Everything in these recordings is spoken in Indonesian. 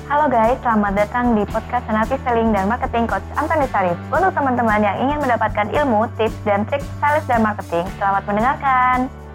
Halo guys, selamat datang di podcast Hanafi Selling dan Marketing Coach Antoni Sarif. Untuk teman-teman yang ingin mendapatkan ilmu, tips, dan trik sales dan marketing, selamat mendengarkan.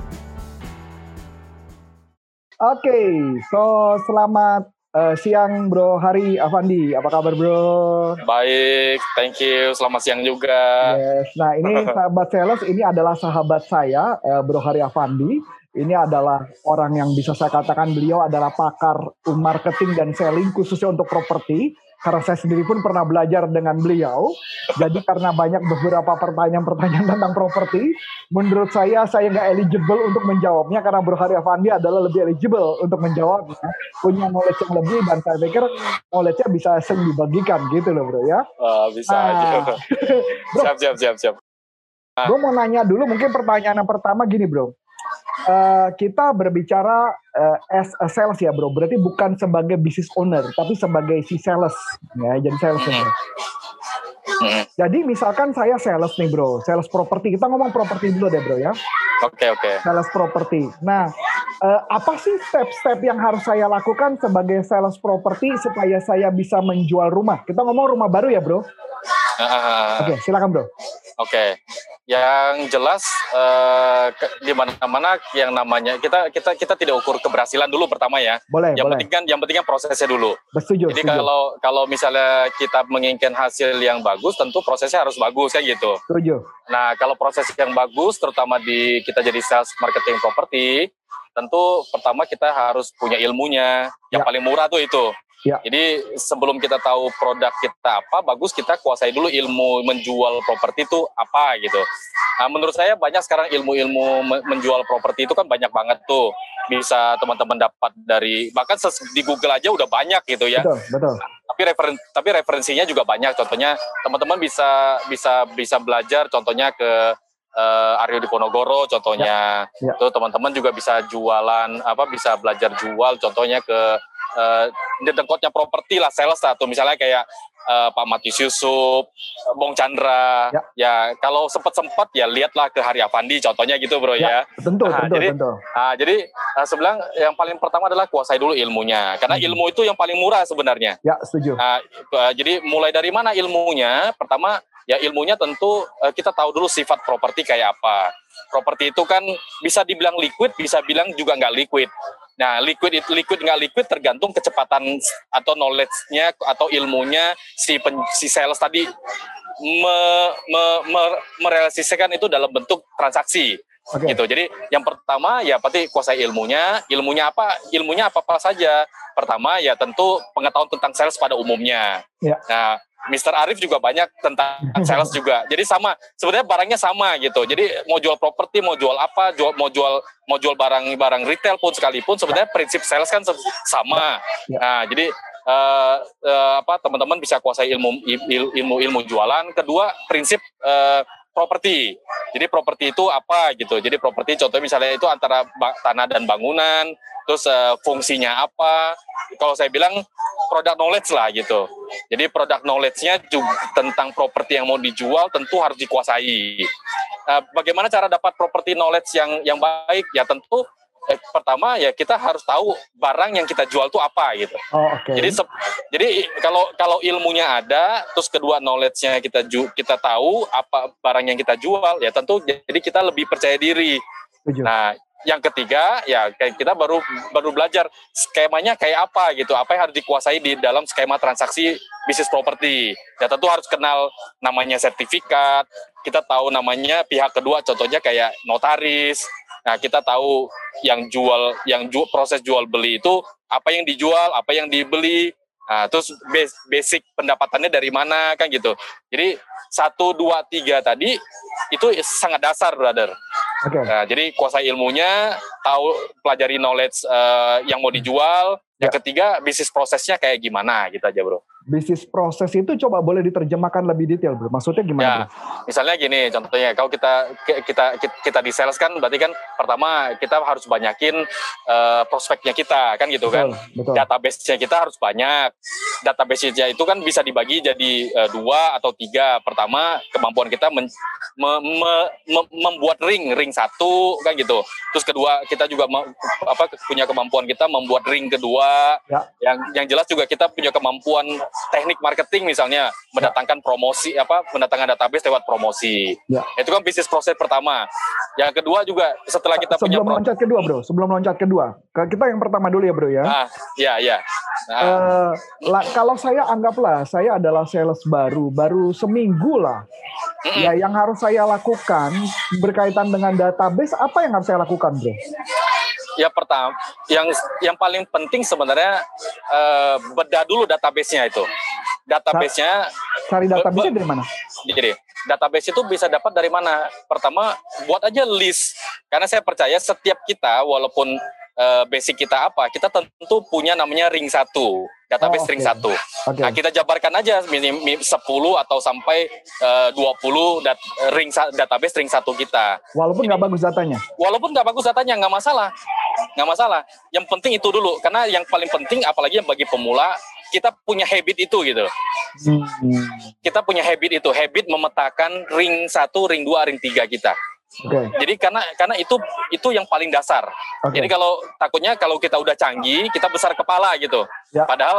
Oke, selamat siang Bro Hari Afandi. Apa kabar Bro? Baik, thank you. Selamat siang juga. Yes, nah ini sahabat sales, ini adalah sahabat saya, Bro Hari Afandi. Ini adalah orang yang bisa saya katakan beliau adalah pakar marketing dan selling khususnya untuk properti. Karena saya sendiri pun pernah belajar dengan beliau. Jadi karena banyak beberapa pertanyaan-pertanyaan tentang properti, menurut saya nggak eligible untuk menjawabnya karena Bro Hari Afandi adalah lebih eligible untuk menjawabnya. Punya knowledge yang lebih dan saya pikir knowledge-nya bisa sering dibagikan gitu loh Bro ya. Bisa aja. Siap. Gue mau nanya dulu mungkin pertanyaan yang pertama gini Bro. Kita berbicara as a sales ya bro, berarti bukan sebagai business owner tapi sebagai si sales ya, jadi sales bro. Jadi misalkan saya sales nih bro, sales properti, kita ngomong properti dulu deh bro ya. Oke. Sales properti. Nah, apa sih step-step yang harus saya lakukan sebagai sales properti supaya saya bisa menjual rumah? Kita ngomong rumah baru ya bro. Oke, silakan bro. Oke, yang jelas di mana-mana yang namanya kita tidak ukur keberhasilan dulu pertama ya. Boleh. Yang penting kan prosesnya dulu. Setuju. Jadi kalau misalnya kita menginginkan hasil yang bagus, tentu prosesnya harus bagus kan gitu. Setuju. Nah kalau proses yang bagus, terutama kita jadi sales marketing properti, tentu pertama kita harus punya ilmunya. Yang paling murah tuh itu. Ya. Jadi sebelum kita tahu produk kita apa, bagus kita kuasai dulu ilmu menjual properti itu apa gitu. Nah, menurut saya banyak sekarang ilmu-ilmu menjual properti itu kan banyak banget tuh. Bisa teman-teman dapat dari, bahkan di Google aja udah banyak gitu ya. Betul. Tapi referensinya juga banyak. Contohnya teman-teman bisa belajar contohnya ke Aryo Diponegoro contohnya. Tuh teman-teman juga bisa bisa belajar jual contohnya ke dengkotnya properti lah, sales atau misalnya kayak Pak Matius Yusuf, Bong Chandra. Ya kalau sempat ya lihatlah ke Hari Afandi contohnya gitu bro ya. Tentu. Jadi sebenarnya yang paling pertama adalah kuasai dulu ilmunya karena ilmu itu yang paling murah sebenarnya. Ya, setuju. Jadi mulai dari mana ilmunya? Pertama ya ilmunya tentu kita tahu dulu sifat properti kayak apa. Properti itu kan bisa dibilang liquid, bisa bilang juga nggak liquid. Nah, liquid nggak liquid tergantung kecepatan atau knowledge-nya atau ilmunya si sales tadi merealisasikan itu dalam bentuk transaksi. Gitu. Jadi yang pertama ya pasti kuasai ilmunya. Ilmunya apa saja. Pertama ya tentu pengetahuan tentang sales pada umumnya. Nah, Mr. Arif juga banyak tentang sales juga. Jadi sebenarnya barangnya sama gitu. Jadi mau jual properti, mau jual apa, mau jual barang retail pun sekalipun sebenarnya prinsip sales kan sama. Nah, jadi teman-teman bisa kuasai ilmu jualan. Kedua, prinsip properti. Jadi properti itu apa gitu. Jadi properti contohnya misalnya itu antara tanah dan bangunan, terus fungsinya apa. Kalau saya bilang product knowledge lah gitu. Jadi product knowledge-nya juga tentang properti yang mau dijual tentu harus dikuasai. Bagaimana cara dapat property knowledge yang baik? Ya tentu pertama ya kita harus tahu barang yang kita jual itu apa gitu. Jadi kalau ilmunya ada, terus kedua knowledge-nya kita tahu apa barang yang kita jual, ya tentu jadi kita lebih percaya diri. Nah, yang ketiga ya kita baru belajar skemanya kayak apa gitu, apa yang harus dikuasai di dalam skema transaksi bisnis properti. Ya tentu harus kenal namanya sertifikat, kita tahu namanya pihak kedua, contohnya kayak notaris. Nah, kita tahu yang proses jual beli itu apa yang dijual, apa yang dibeli. Nah, terus basic pendapatannya dari mana kan gitu. Jadi 1, 2, 3 tadi itu sangat dasar, brother. Nah, jadi kuasai ilmunya, pelajari knowledge yang mau dijual. Yang ketiga, bisnis prosesnya kayak gimana gitu aja, bro. Bisnis proses itu coba boleh diterjemahkan lebih detail, bro. Maksudnya gimana, bro? Misalnya gini, contohnya kalau kita di sales kan, berarti kan pertama kita harus banyakin prospeknya kita, kan gitu kan. Betul. Database-nya kita harus banyak. database-nya itu kan bisa dibagi jadi 2 atau 3. Pertama, kemampuan kita membuat ring satu kan gitu. Terus kedua, kita juga punya kemampuan kita membuat ring kedua. Ya. Yang jelas juga kita punya kemampuan teknik marketing misalnya, mendatangkan promosi mendatangkan database lewat promosi. Ya. Itu kan bisnis proses pertama. Yang kedua juga setelah kita sebelum loncat kedua, Bro. Sebelum loncat kedua, kita yang pertama dulu ya, Bro ya. Iya. Kalau saya anggaplah saya adalah sales baru seminggu lah. Ya, yang harus saya lakukan berkaitan dengan database, apa yang harus saya lakukan, Bro? Ya pertama, yang paling penting sebenarnya bedah dulu database-nya itu. Database-nya cari database dari mana? Jadi database itu bisa dapat dari mana? Pertama, buat aja list. Karena saya percaya setiap kita walaupun basic kita apa, kita tentu punya namanya ring 1, database ring 1. Okay. Nah, kita jabarkan aja 10 atau sampai 20 database ring 1 kita. Walaupun nggak bagus datanya? Walaupun nggak bagus datanya, nggak masalah. Yang penting itu dulu, karena yang paling penting apalagi yang bagi pemula, kita punya habit itu gitu. Kita punya habit memetakan ring 1, ring 2, ring 3 kita. Okay. Jadi karena itu yang paling dasar. Okay. Jadi takutnya kalau kita udah canggih, kita besar kepala gitu. Ya. Padahal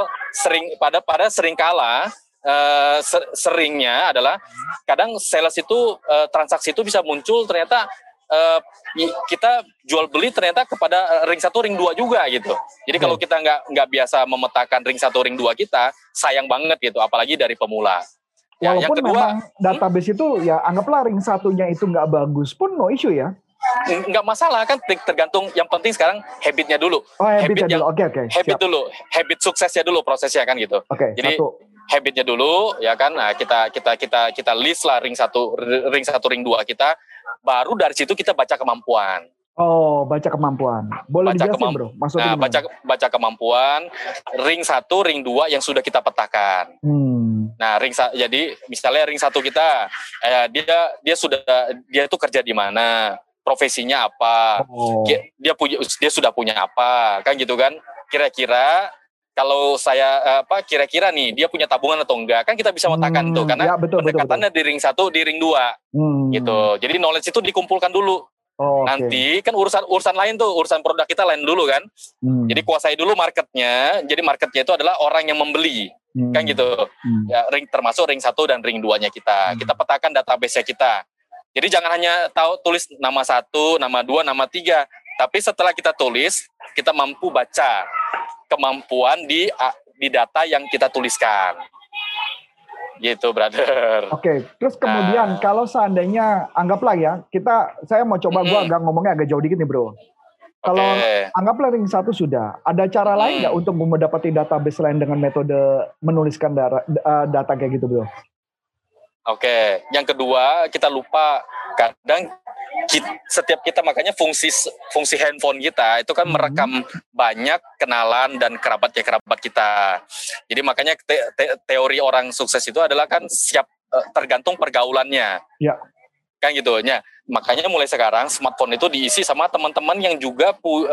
seringnya adalah kadang sales itu transaksi itu bisa muncul ternyata kita jual beli ternyata kepada ring 1, ring 2 juga gitu. Jadi kalau kita nggak biasa memetakan ring 1, ring 2 kita, sayang banget gitu, apalagi dari pemula. Ya, walaupun yang kedua, memang database itu ya anggaplah ring 1-nya itu nggak bagus pun no issue ya. Nggak masalah kan, tergantung, yang penting sekarang habitnya dulu. Habitnya dulu. Oke. Habit dulu, habit suksesnya dulu prosesnya kan gitu. Jadi habitnya dulu ya kan. Nah, kita list lah ring 1, ring 2 kita. Baru dari situ kita baca kemampuan. Oh, baca kemampuan. Boleh dijelasin, Bro? Maksudnya baca kemampuan ring 1, ring 2 yang sudah kita petakan. Nah, jadi misalnya ring 1 kita dia tuh kerja di mana, profesinya apa, dia sudah punya apa, kan gitu kan. Kira-kira kalau kira-kira nih dia punya tabungan atau enggak, kan kita bisa metakan tuh, karena pendekatannya di ring 1, di ring 2 gitu. Jadi knowledge itu dikumpulkan dulu. Nanti kan urusan lain tuh, urusan produk kita lain dulu kan. Jadi kuasai dulu marketnya. Jadi marketnya itu adalah orang yang membeli, kan gitu. Ya, termasuk ring 1 dan ring 2-nya kita. Kita petakan database-nya kita. Jadi jangan hanya tulis nama 1, nama 2, nama 3. Tapi setelah kita tulis, kita mampu baca kemampuan di data yang kita tuliskan. Gitu, brother. Oke, terus kemudian kalau seandainya anggaplah ya, saya mau coba gue agak ngomongnya agak jauh dikit nih, Bro. Kalau anggaplah ring 1 sudah, ada cara lain nggak untuk mendapati database lain dengan metode menuliskan data kayak gitu, Bro? Oke, yang kedua kita lupa kadang setiap kita, makanya fungsi handphone kita itu kan merekam banyak kenalan dan kerabat kita. Jadi makanya teori orang sukses itu adalah kan tergantung pergaulannya. Ya. Kan gitu ya. Makanya mulai sekarang smartphone itu diisi sama teman-teman yang juga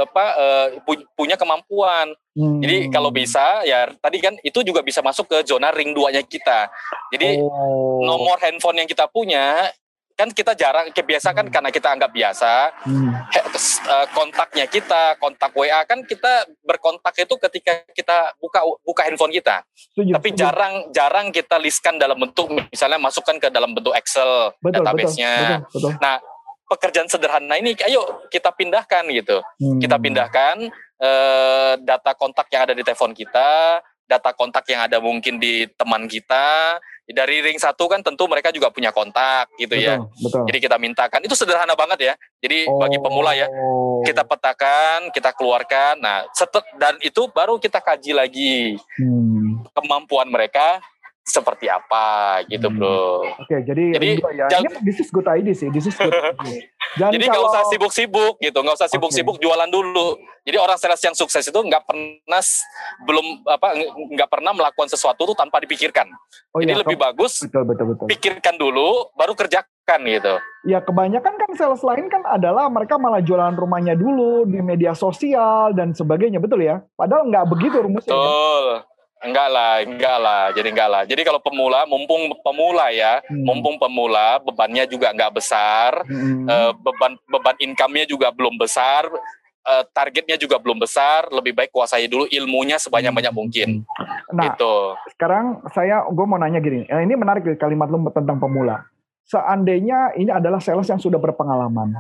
punya kemampuan. Jadi kalau bisa ya tadi kan itu juga bisa masuk ke zona ring 2-nya kita. Jadi nomor handphone yang kita punya kan kita jarang kebiasaan karena kita anggap biasa. Kontaknya kita, kontak WA kan kita berkontak itu ketika kita buka handphone kita. Tapi jarang kita listkan dalam bentuk, misalnya masukkan ke dalam bentuk Excel database-nya. Betul. Nah, pekerjaan sederhana ini ayo kita pindahkan gitu. Kita pindahkan data kontak yang ada di telepon kita, data kontak yang ada mungkin di teman kita. Dari ring 1 kan tentu mereka juga punya kontak gitu. Betul. Jadi kita mintakan, itu sederhana banget ya. Jadi bagi pemula ya, kita petakan, kita keluarkan. Nah, dan itu baru kita kaji lagi kemampuan mereka seperti apa gitu, Bro. Oke, jadi ini this is good idea sih. Jadi nggak usah sibuk-sibuk gitu, nggak usah sibuk-sibuk jualan dulu. Jadi orang sales yang sukses itu nggak pernah melakukan sesuatu itu tanpa dipikirkan. Jadi lebih bagus betul. Pikirkan dulu, baru kerjakan gitu. Ya kebanyakan kan sales lain kan adalah mereka malah jualan rumahnya dulu di media sosial dan sebagainya, betul ya? Padahal nggak begitu rumusnya. Betul. Enggak lah. Jadi kalau mumpung pemula, bebannya juga enggak besar, beban income-nya juga belum besar, targetnya juga belum besar, lebih baik kuasai dulu ilmunya sebanyak-banyak mungkin. Nah, gitu. Sekarang gue mau nanya gini, ini menarik kalimat lu tentang pemula. Seandainya ini adalah sales yang sudah berpengalaman,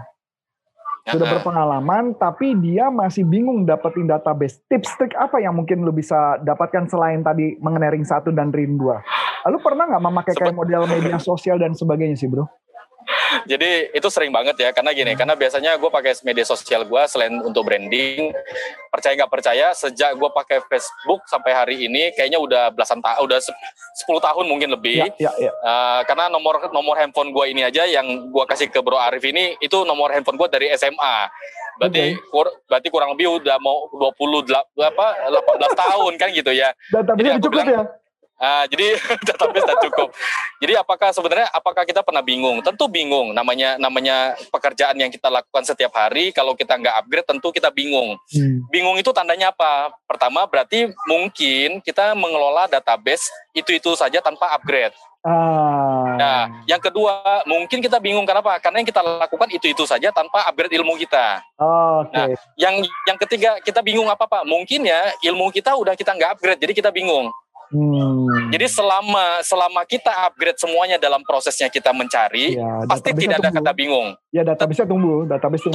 tapi dia masih bingung dapetin database. Tips-trik apa yang mungkin lu bisa dapatkan selain tadi mengenai Ring 1 dan Ring 2? Lu pernah nggak memakai kayak model media sosial dan sebagainya sih, bro? Jadi itu sering banget ya, karena biasanya gue pakai media sosial gue selain untuk branding. Percaya nggak percaya, sejak gue pakai Facebook sampai hari ini, kayaknya udah 10 tahun mungkin lebih. Karena nomor handphone gue ini aja yang gue kasih ke Bro Arif ini, itu nomor handphone gue dari SMA. Berarti kurang lebih udah mau 18 tahun kan gitu ya. Database cukup ya? Jadi database tak cukup. Jadi apakah kita pernah bingung? Tentu bingung. Namanya pekerjaan yang kita lakukan setiap hari, kalau kita nggak upgrade tentu kita bingung. Bingung itu tandanya apa? Pertama berarti mungkin kita mengelola database itu saja tanpa upgrade. Nah, yang kedua mungkin kita bingung kenapa? Karena yang kita lakukan itu saja tanpa upgrade ilmu kita. Nah, yang ketiga kita bingung apa Pak? Mungkin ya ilmu kita udah kita nggak upgrade, jadi kita bingung. Jadi selama kita upgrade semuanya dalam prosesnya kita mencari, pasti tidak ada kata bingung. Ya, database tumbuh.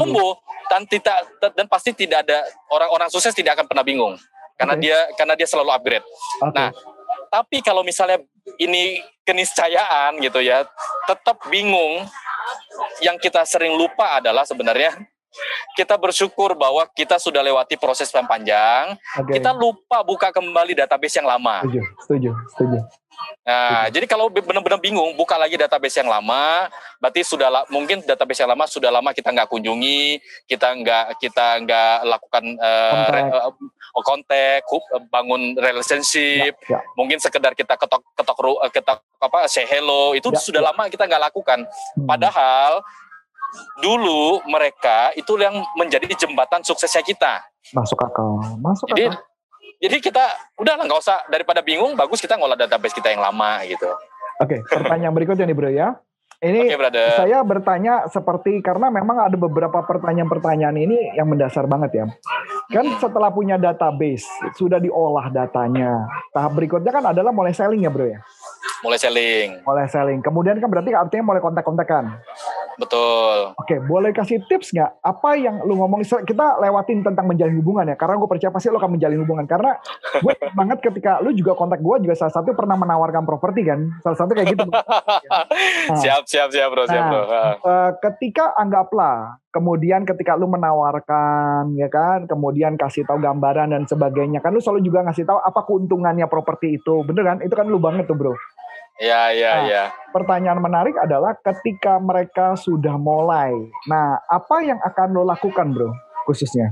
Dan pasti tidak ada orang sukses tidak akan pernah bingung karena dia selalu upgrade. Nah, tapi kalau misalnya ini keniscayaan gitu ya, tetap bingung. Yang kita sering lupa adalah sebenarnya kita bersyukur bahwa kita sudah lewati proses yang panjang. Kita lupa buka kembali database yang lama. Setuju. Nah, jadi kalau benar-benar bingung, buka lagi database yang lama. Berarti mungkin database yang lama sudah lama kita nggak kunjungi, kita nggak lakukan kontak, bangun relationship. Mungkin sekedar kita ketok say hello, itu sudah lama kita nggak lakukan. Padahal dulu mereka itu yang menjadi jembatan suksesnya kita. Masuk akal. Jadi kita udahlah nggak usah, daripada bingung, bagus kita ngolah database kita yang lama gitu. Oke, pertanyaan berikutnya nih bro ya. Ini saya bertanya seperti, karena memang ada beberapa pertanyaan ini yang mendasar banget ya. Kan setelah punya database, sudah diolah datanya. Tahap berikutnya kan adalah mulai selling ya bro ya. Mulai selling. Kemudian kan berarti artinya mulai kontak-kontakan. Betul. Oke, boleh kasih tips nggak? Apa yang lu ngomong, kita lewatin tentang menjalin hubungan ya. Karena gue percaya pasti lu akan menjalin hubungan. Karena gue banget ketika lu juga kontak gue juga salah satu pernah menawarkan properti kan. Salah satu kayak gitu. Siap bro. Ketika anggaplah, kemudian ketika lu menawarkan ya kan, kemudian kasih tahu gambaran dan sebagainya. Kan lu selalu juga ngasih tahu apa keuntungannya properti itu. Bener kan? Itu kan lu banget tuh bro. Iya. Pertanyaan menarik adalah ketika mereka sudah mulai. Nah, apa yang akan lo lakukan, bro, khususnya?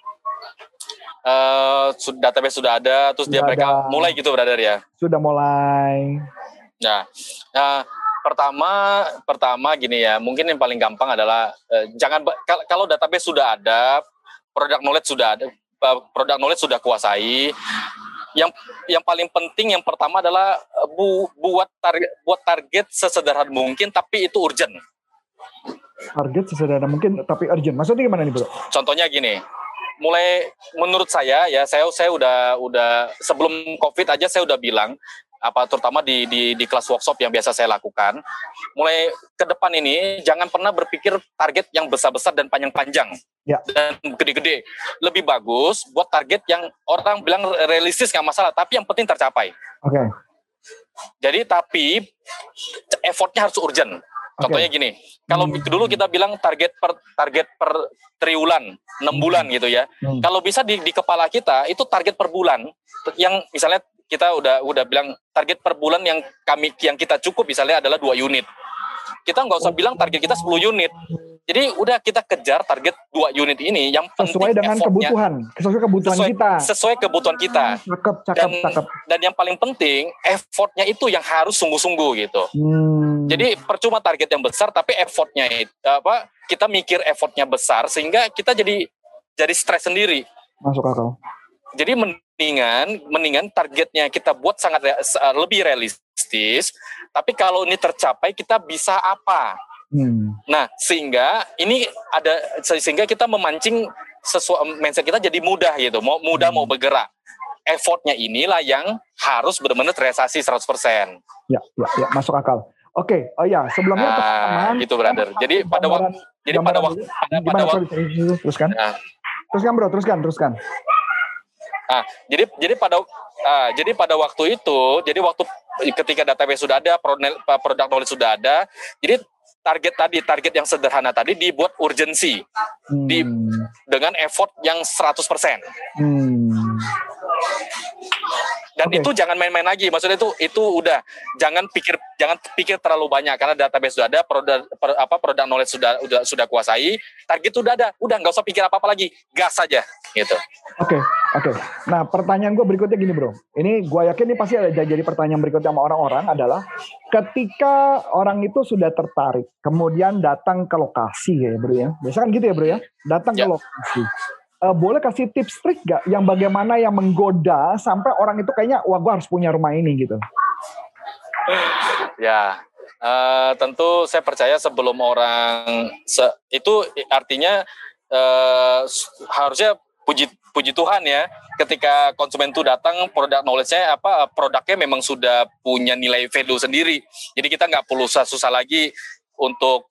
Database sudah ada, terus mereka mulai gitu, brother ya? Sudah mulai. Nah, pertama gini ya, mungkin yang paling gampang adalah kalau database sudah ada, product knowledge sudah kuasai. Yang paling penting yang pertama adalah buat target sesederhana mungkin tapi itu urgent. Target sesederhana mungkin tapi urgent. Maksudnya gimana nih, bro? Contohnya gini. Menurut saya udah sebelum Covid aja saya udah bilang, terutama di kelas workshop yang biasa saya lakukan, mulai ke depan ini jangan pernah berpikir target yang besar-besar dan panjang-panjang dan gede-gede. Lebih bagus buat target yang orang bilang realistis nggak masalah, tapi yang penting tercapai. Oke. Jadi tapi effortnya harus urgent. Contohnya gini, kalau dulu kita bilang target per triwulan, 6 bulan gitu ya. Kalau bisa di kepala kita itu target per bulan, yang misalnya kita udah bilang target per bulan yang kita cukup misalnya adalah 2 unit. Kita nggak usah bilang target kita 10 unit. Jadi udah kita kejar target 2 unit ini, yang penting sesuai dengan kebutuhan kita. Sesuai kebutuhan kita. Cakep. Dan yang paling penting effortnya itu yang harus sungguh-sungguh gitu. Jadi percuma target yang besar tapi effortnya kita mikir effortnya besar sehingga kita jadi stres sendiri. Masuk akal. Jadi mendingan targetnya kita buat sangat lebih realistis. Tapi kalau ini tercapai, kita bisa apa? Nah, sehingga kita memancing mindset kita jadi mudah gitu, mau bergerak. Effortnya inilah yang harus benar-benar terrealisasi 100%. Ya, masuk akal. Oke, sebelumnya teman-teman gitu brother. Jadi pada waktu teruskan. Nah. Teruskan bro, teruskan. Nah, jadi pada waktu itu, ketika database sudah ada, product knowledge sudah ada, jadi target yang sederhana tadi dibuat urgensi dengan effort yang 100%. Dan itu jangan main-main lagi. Maksudnya itu udah jangan pikir terlalu banyak karena database sudah ada, product knowledge sudah kuasai, target sudah ada. Udah nggak usah pikir apa-apa lagi, gas saja gitu. Oke. Nah, pertanyaan gue berikutnya gini, Bro. Ini gue yakin ini pasti ada jadi pertanyaan berikutnya sama orang-orang adalah ketika orang itu sudah tertarik, kemudian datang ke lokasi ya, Bro ya. Biasanya kan gitu ya, Bro ya. Datang ke lokasi. Boleh kasih tips trik gak yang bagaimana yang menggoda sampai orang itu kayaknya wah gue harus punya rumah ini gitu? Ya, tentu saya percaya sebelum orang itu artinya harusnya puji Tuhan ya, ketika konsumen itu datang produk knowledge-nya produknya memang sudah punya nilai value sendiri. Jadi kita nggak perlu susah lagi untuk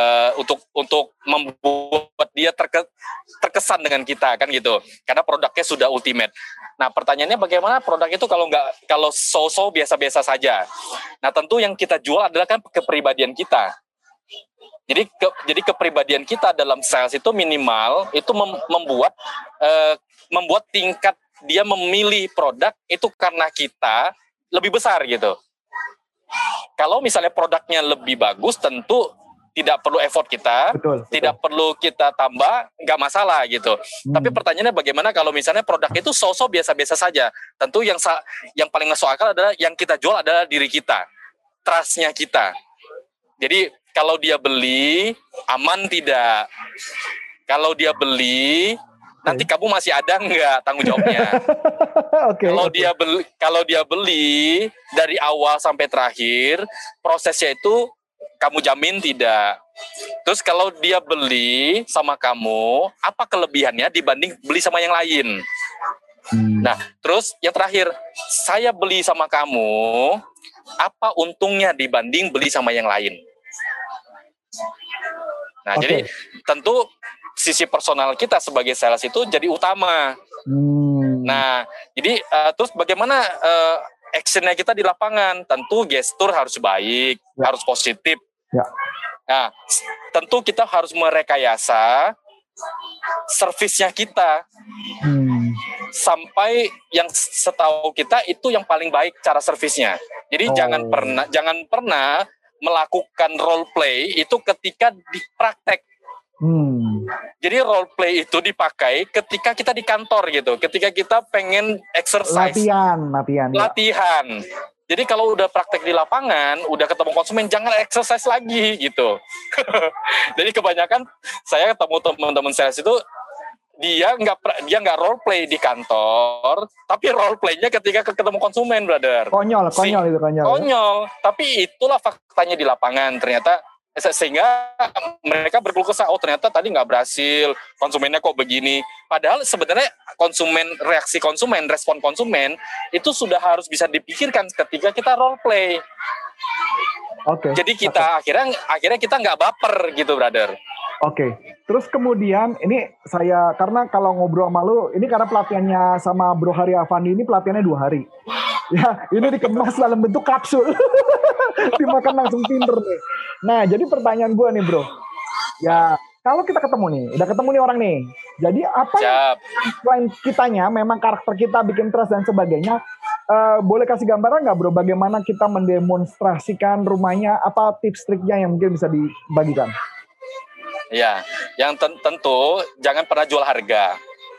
membuat dia terkesan dengan kita kan gitu, karena produknya sudah ultimate. Nah, pertanyaannya bagaimana produk itu kalau so-so biasa-biasa saja. Nah, tentu yang kita jual adalah kan kepribadian kita. Jadi kepribadian kita dalam sales itu minimal itu membuat tingkat dia memilih produk itu karena kita lebih besar gitu. Kalau misalnya produknya lebih bagus, tentu tidak perlu effort kita, betul. Tidak perlu kita tambah, nggak masalah gitu. Tapi pertanyaannya bagaimana kalau misalnya produk itu so-so biasa-biasa saja? Tentu yang paling masuk akal adalah yang kita jual adalah diri kita, trust-nya kita. Jadi kalau dia beli, aman tidak? Kalau dia beli, nanti kamu masih ada nggak tanggung jawabnya? Kalau dia beli dari awal sampai terakhir, prosesnya itu kamu jamin tidak? Terus kalau dia beli sama kamu, apa kelebihannya dibanding beli sama yang lain? Nah, terus yang terakhir, saya beli sama kamu, apa untungnya dibanding beli sama yang lain? Nah, jadi tentu sisi personal kita sebagai sales itu jadi utama. Nah, jadi terus bagaimana actionnya kita di lapangan? Tentu gestur harus baik, harus positif. Nah, tentu kita harus merekayasa servisnya kita sampai yang setahu kita itu yang paling baik cara servisnya. Jadi jangan pernah melakukan role play itu ketika dipraktek. Jadi role play itu dipakai ketika kita di kantor gitu, ketika kita pengen exercise, latihan. Jadi kalau udah praktek di lapangan, udah ketemu konsumen, jangan exercise lagi gitu. Jadi kebanyakan saya ketemu teman-teman sales itu dia nggak role play di kantor, tapi role playnya ketika ketemu konsumen, brother. Konyol. Tapi itulah faktanya di lapangan ternyata. Sehingga mereka berkeluh kesah, ternyata tadi nggak berhasil, konsumennya kok begini. Padahal sebenarnya reaksi konsumen, respon konsumen itu sudah harus bisa dipikirkan ketika kita role play. Jadi kita akhirnya kita nggak baper gitu, brother. Terus kemudian ini saya, karena kalau ngobrol sama lu, ini karena pelatihannya sama Bro Hari Afandi ini pelatihannya 2 hari. Ya, ini dikemas dalam bentuk kapsul. Dimakan langsung pinter nih. Nah, jadi pertanyaan gue nih, Bro. Ya, kalau kita udah ketemu nih orang nih. Jadi apa yang selain kitanya, memang karakter kita bikin trust dan sebagainya, boleh kasih gambaran nggak, Bro, bagaimana kita mendemonstrasikan rumahnya, apa tips triknya yang mungkin bisa dibagikan? Ya, yang tentu jangan pernah jual harga.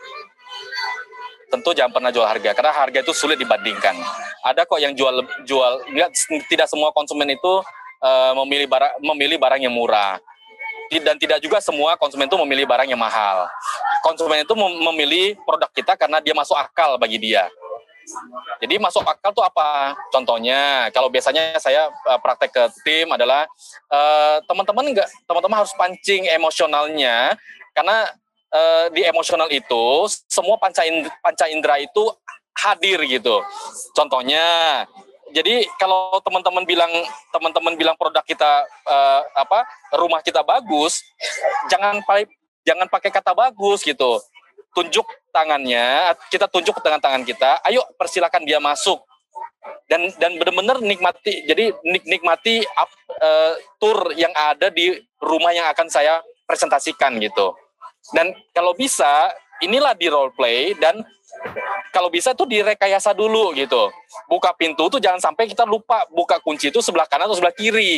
Tentu jangan pernah jual harga, karena harga itu sulit dibandingkan. Ada kok yang jual tidak semua konsumen itu memilih barang yang murah. Dan tidak juga semua konsumen itu memilih barang yang mahal. Konsumen itu memilih produk kita karena dia masuk akal bagi dia. Jadi masuk akal tuh apa? Contohnya, kalau biasanya saya praktek ke tim adalah teman-teman harus pancing emosionalnya, karena di emosional itu semua panca indera itu hadir gitu. Contohnya, jadi kalau teman-teman bilang produk kita rumah kita bagus, jangan pakai kata bagus gitu. Tunjuk tangannya, kita tunjuk dengan tangan kita, ayo persilakan dia masuk. Dan benar-benar nikmati, jadi nikmati tour yang ada di rumah yang akan saya presentasikan gitu. Dan kalau bisa, inilah di role play, dan kalau bisa tuh direkayasa dulu gitu. Buka pintu tuh jangan sampai kita lupa buka kunci itu sebelah kanan atau sebelah kiri.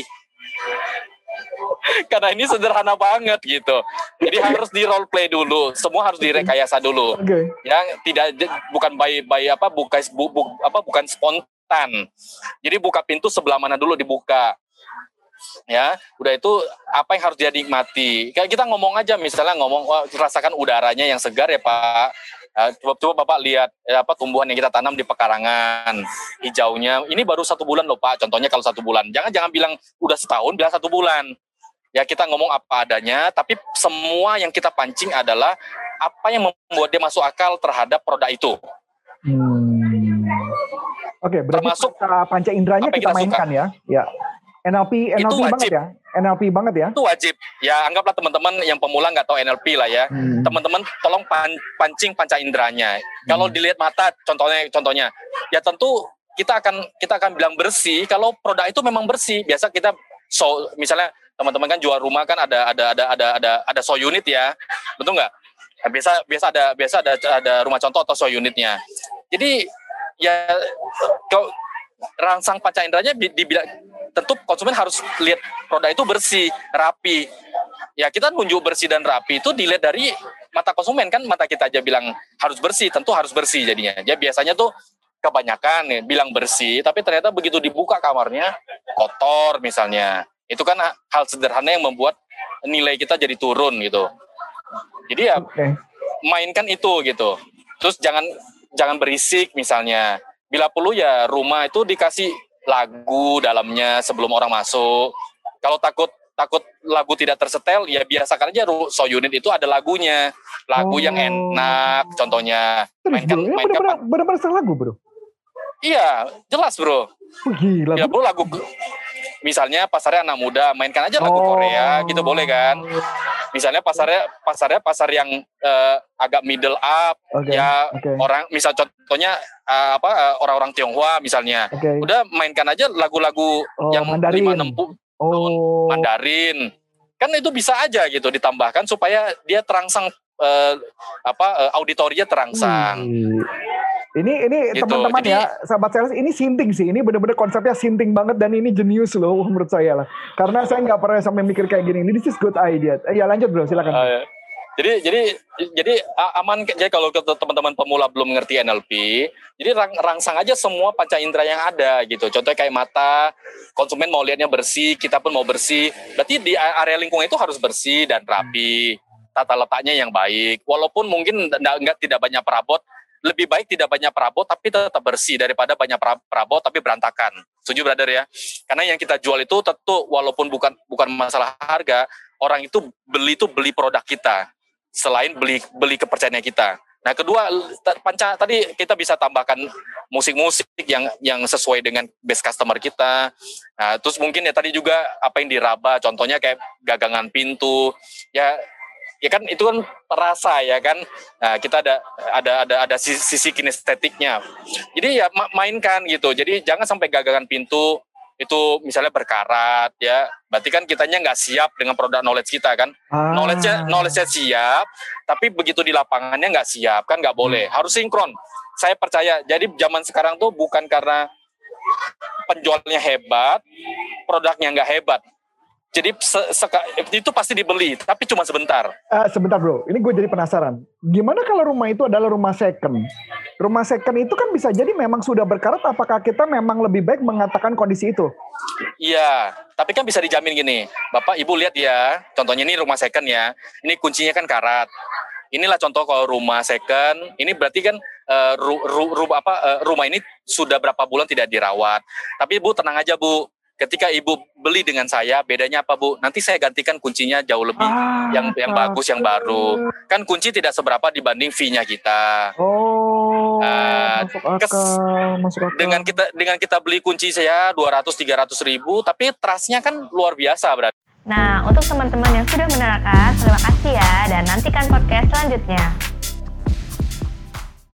Karena ini sederhana banget gitu. Jadi harus di role play dulu, semua harus direkayasa dulu. Okay. Yang tidak bukan bukan spontan. Jadi buka pintu sebelah mana dulu dibuka. Ya, udah itu apa yang harus dia nikmati. Kayak kita ngomong aja, misalnya rasakan udaranya yang segar ya Pak. Coba Bapak lihat tumbuhan yang kita tanam di pekarangan, hijaunya. Ini baru 1 bulan loh Pak. Contohnya kalau 1 bulan, jangan bilang udah setahun, bilang 1 bulan. Ya kita ngomong apa adanya, tapi semua yang kita pancing adalah apa yang membuat dia masuk akal terhadap produk itu. Oke, berarti termasuk panca inderanya kita mainkan ya. Ya. NLP banget ya. NLP banget ya. Itu wajib. Ya, anggaplah teman-teman yang pemula nggak tahu NLP lah ya. Teman-teman tolong pancing panca inderanya. Kalau dilihat mata, contohnya, ya tentu kita akan bilang bersih kalau produk itu memang bersih. Biasa kita misalnya teman-teman kan jual rumah kan ada show unit ya. Betul nggak? Nah, biasa ada rumah contoh atau show unitnya. Jadi ya kalau rangsang panca inderanya dibilang, tentu konsumen harus lihat produk itu bersih, rapi. Ya kita nunjuk bersih dan rapi itu dilihat dari mata konsumen, kan mata kita aja bilang harus bersih, tentu harus bersih jadinya. Ya biasanya tuh kebanyakan nih bilang bersih, tapi ternyata begitu dibuka kamarnya kotor misalnya. Itu kan hal sederhana yang membuat nilai kita jadi turun gitu. Jadi ya mainkan itu gitu. Terus jangan berisik misalnya. Bila perlu ya rumah itu dikasih lagu dalamnya sebelum orang masuk. Kalau takut lagu tidak tersetel, ya biasakan aja show unit itu ada lagunya. Lagu yang enak, contohnya. Mainkan benar-benar lagu, Bro. Iya, jelas, Bro. Gila. Ya, Bro, lagu misalnya pasarnya anak muda, mainkan aja lagu Korea, gitu boleh kan? Misalnya pasar yang agak middle up, orang, misal contohnya orang-orang Tionghoa misalnya, udah mainkan aja lagu-lagu yang Mandarin. 5-6 Mandarin, kan itu bisa aja gitu ditambahkan supaya dia terangsang auditorinya terangsang. Ini gitu. Teman-teman ya, sahabat sales, ini sinting sih. Ini benar-benar konsepnya sinting banget dan ini jenius loh menurut saya lah. Karena saya nggak pernah sampai mikir kayak gini. This is good idea. Ya lanjut Bro, silakan. Jadi aman. Jadi kalau teman-teman pemula belum ngerti NLP, jadi rangsang aja semua panca indera yang ada gitu. Contohnya kayak mata, konsumen mau lihatnya bersih, kita pun mau bersih. Berarti di area lingkungan itu harus bersih dan rapi. Tata letaknya yang baik. Walaupun mungkin tidak banyak perabot, lebih baik tidak banyak perabot tapi tetap bersih daripada banyak perabot tapi berantakan. Setuju brother ya? Karena yang kita jual itu tentu walaupun bukan masalah harga, orang itu beli produk kita selain beli kepercayaan kita. Nah, kedua tadi kita bisa tambahkan musik-musik yang sesuai dengan base customer kita. Nah, terus mungkin ya tadi juga apa yang diraba, contohnya kayak gagangan pintu. Ya kan itu kan rasa ya kan. Nah, kita ada sisi kinestetiknya. Jadi ya mainkan gitu. Jadi jangan sampai gagangan pintu itu misalnya berkarat ya. Berarti kan kitanya nggak siap dengan produk knowledge kita kan. Knowledge-nya siap, tapi begitu di lapangannya nggak siap kan, nggak boleh. Harus sinkron. Saya percaya. Jadi zaman sekarang tuh bukan karena penjualnya hebat, produknya nggak hebat. Jadi itu pasti dibeli, tapi cuma sebentar. Sebentar Bro, ini gue jadi penasaran. Gimana kalau rumah itu adalah rumah second? Rumah second itu kan bisa jadi memang sudah berkarat, apakah kita memang lebih baik mengatakan kondisi itu? Iya, tapi kan bisa dijamin gini. Bapak Ibu lihat ya, contohnya ini rumah second ya, ini kuncinya kan karat. inilah contoh kalau rumah second, ini berarti kan rumah ini sudah berapa bulan tidak dirawat. Tapi Bu tenang aja Bu, ketika Ibu beli dengan saya, bedanya apa Bu? Nanti saya gantikan kuncinya jauh lebih yang bagus, yang baru. Kan kunci tidak seberapa dibanding fee-nya kita. Masuk akal. Dengan kita beli kunci saya 200-300 ribu, tapi trust-nya kan luar biasa berarti. Nah, untuk teman-teman yang sudah menerangkan, terima kasih ya, dan nantikan podcast selanjutnya.